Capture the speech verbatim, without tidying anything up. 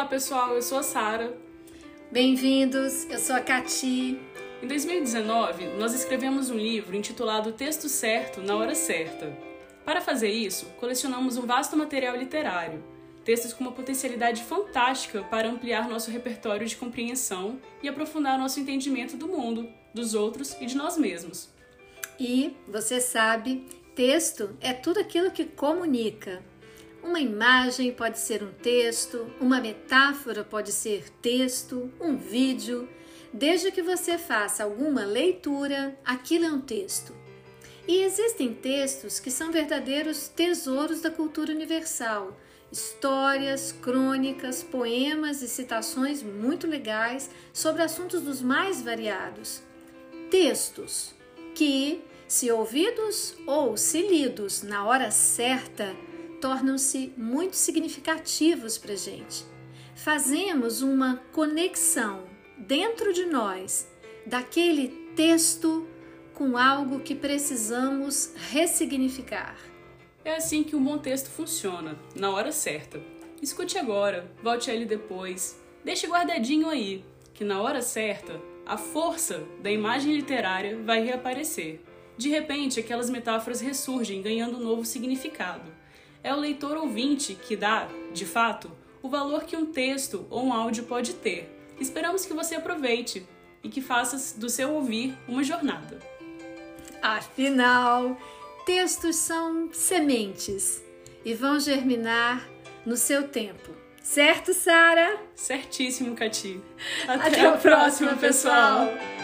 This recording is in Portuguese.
pessoal, eu sou a Sara. Bem-vindos, eu sou a Cati. Em dois mil e dezenove, nós escrevemos um livro intitulado Texto Certo na Hora Certa. Para fazer isso, colecionamos um vasto material literário, textos com uma potencialidade fantástica para ampliar nosso repertório de compreensão e aprofundar nosso entendimento do mundo, dos outros e de nós mesmos. E, você sabe, texto é tudo aquilo que comunica. Uma imagem pode ser um texto, uma metáfora pode ser texto, um vídeo. Desde que você faça alguma leitura, aquilo é um texto. E existem textos que são verdadeiros tesouros da cultura universal. Histórias, crônicas, poemas e citações muito legais sobre assuntos dos mais variados. Textos que, se ouvidos ou se lidos na hora certa, tornam-se muito significativos para a gente. Fazemos uma conexão dentro de nós daquele texto com algo que precisamos ressignificar. É assim que um bom texto funciona, na hora certa. Escute agora, volte a ele depois, deixe guardadinho aí, que na hora certa, a força da imagem literária vai reaparecer. De repente, aquelas metáforas ressurgem ganhando um novo significado. É o leitor ouvinte que dá, de fato, o valor que um texto ou um áudio pode ter. Esperamos que você aproveite e que faça do seu ouvir uma jornada. Afinal, textos são sementes e vão germinar no seu tempo. Certo, Sara? Certíssimo, Cati. Até, Até a próxima, pessoal!